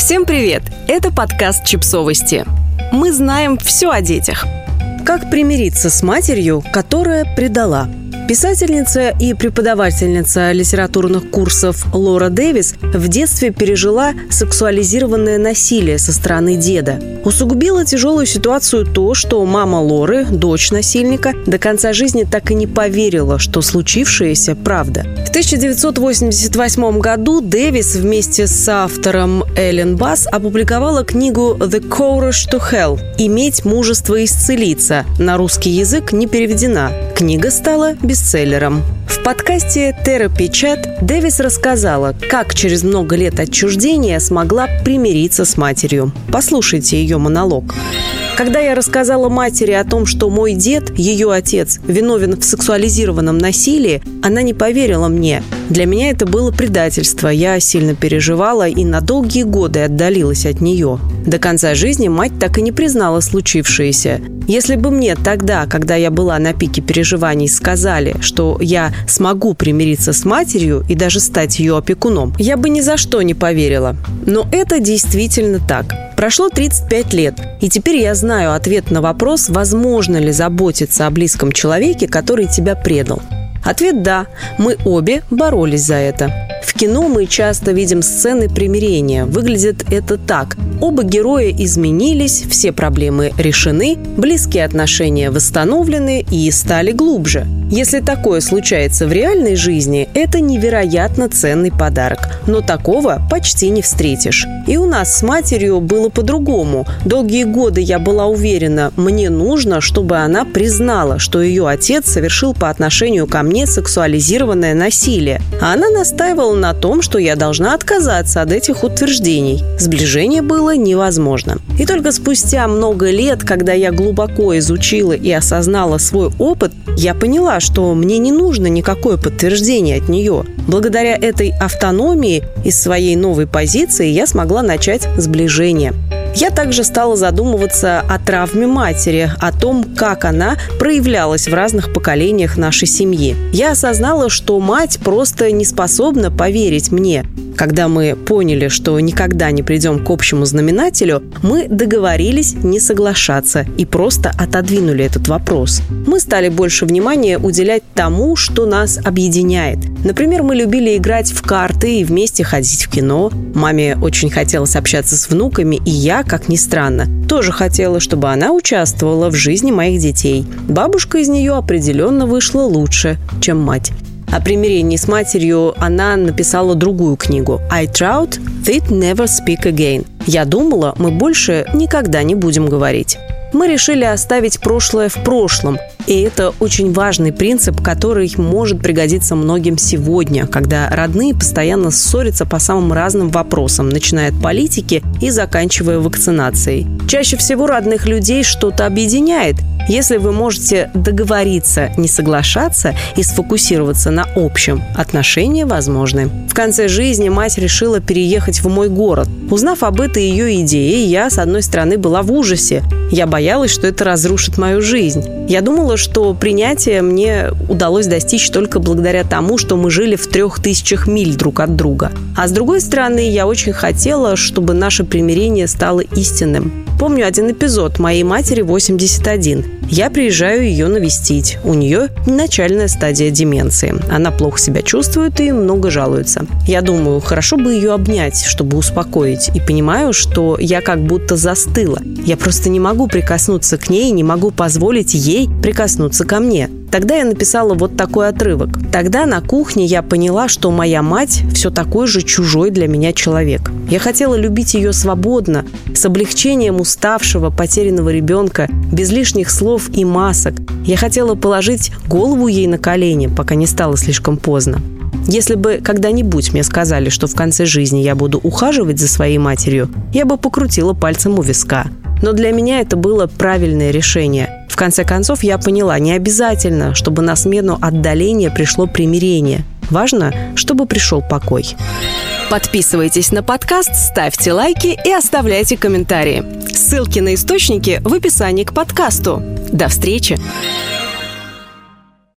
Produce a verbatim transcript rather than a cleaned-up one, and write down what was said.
Всем привет! Это подкаст «Чипсовости». Мы знаем все о детях. Как примириться с матерью, которая предала? Писательница и преподавательница литературных курсов Лора Дэвис в детстве пережила сексуализированное насилие со стороны деда. Усугубило тяжелую ситуацию то, что мама Лоры, дочь насильника, до конца жизни так и не поверила, что случившееся правда. В тысяча девятьсот восемьдесят восьмом году Дэвис вместе с автором Эллен Басс опубликовала книгу «The Courage to Hell» «Иметь мужество исцелиться». На русский язык не переведена. Книга стала бестселлером. В подкасте Therapy Chat Дэвис рассказала, как через много лет отчуждения смогла примириться с матерью. Послушайте ее монолог. Когда я рассказала матери о том, что мой дед, ее отец, виновен в сексуализированном насилии, она не поверила мне. Для меня это было предательство. Я сильно переживала и на долгие годы отдалилась от нее. До конца жизни мать так и не признала случившееся. Если бы мне тогда, когда я была на пике переживаний, сказали, что я смогу примириться с матерью и даже стать ее опекуном, я бы ни за что не поверила. Но это действительно так. Прошло тридцать пять лет, и теперь я знаю ответ на вопрос, возможно ли заботиться о близком человеке, который тебя предал. Ответ – да, мы обе боролись за это. В кино мы часто видим сцены примирения. Выглядит это так. Оба героя изменились, все проблемы решены, близкие отношения восстановлены и стали глубже. Если такое случается в реальной жизни, это невероятно ценный подарок. Но такого почти не встретишь. И у нас с матерью было по-другому. Долгие годы я была уверена, мне нужно, чтобы она признала, что ее отец совершил по отношению ко мне сексуализированное насилие. А она настаивала на том, что я должна отказаться от этих утверждений. Сближение было невозможно. И только спустя много лет, когда я глубоко изучила и осознала свой опыт, я поняла, что мне не нужно никакое подтверждение от нее. Благодаря этой автономии из своей новой позиции я смогла начать сближение. Я также стала задумываться о травме матери, о том, как она проявлялась в разных поколениях нашей семьи. Я осознала, что мать просто не способна поверить мне. Когда мы поняли, что никогда не придем к общему знаменателю, мы договорились не соглашаться и просто отодвинули этот вопрос. Мы стали больше внимания уделять тому, что нас объединяет. Например, мы любили играть в карты и вместе ходить в кино. Маме очень хотелось общаться с внуками, и я, как ни странно, тоже хотела, чтобы она участвовала в жизни моих детей. Бабушка из нее определенно вышла лучше, чем мать. О примирении с матерью она написала другую книгу «I thought we'd never speak again». Я думала, мы больше никогда не будем говорить. Мы решили оставить прошлое в прошлом. И это очень важный принцип, который может пригодиться многим сегодня, когда родные постоянно ссорятся по самым разным вопросам, начиная от политики и заканчивая вакцинацией. Чаще всего родных людей что-то объединяет. Если вы можете договориться, не соглашаться и сфокусироваться на общем, отношения возможны. В конце жизни мать решила переехать в мой город. Узнав об этой ее идее, я, с одной стороны, была в ужасе. Я боялась, что это разрушит мою жизнь. Я думала, что принятие мне удалось достичь только благодаря тому, что мы жили в трех тысячах миль друг от друга. А с другой стороны, я очень хотела, чтобы наше примирение стало истинным. Помню один эпизод. Моей матери восемьдесят один. Я приезжаю ее навестить. У нее начальная стадия деменции. Она плохо себя чувствует и много жалуется. Я думаю, хорошо бы ее обнять, чтобы успокоить. И понимаю, что я как будто застыла. Я просто не могу прикоснуться к ней, не могу позволить ей прикоснуться ко мне. Тогда я написала вот такой отрывок. Тогда на кухне я поняла, что моя мать все такой же чужой для меня человек. Я хотела любить ее свободно, с облегчением уставшего, потерянного ребенка, без лишних слов и масок. Я хотела положить голову ей на колени, пока не стало слишком поздно. Если бы когда-нибудь мне сказали, что в конце жизни я буду ухаживать за своей матерью, я бы покрутила пальцем у виска. Но для меня это было правильное решение. В конце концов, я поняла, не обязательно, чтобы на смену отдаления пришло примирение. Важно, чтобы пришел покой. Подписывайтесь на подкаст, ставьте лайки и оставляйте комментарии. Ссылки на источники в описании к подкасту. До встречи!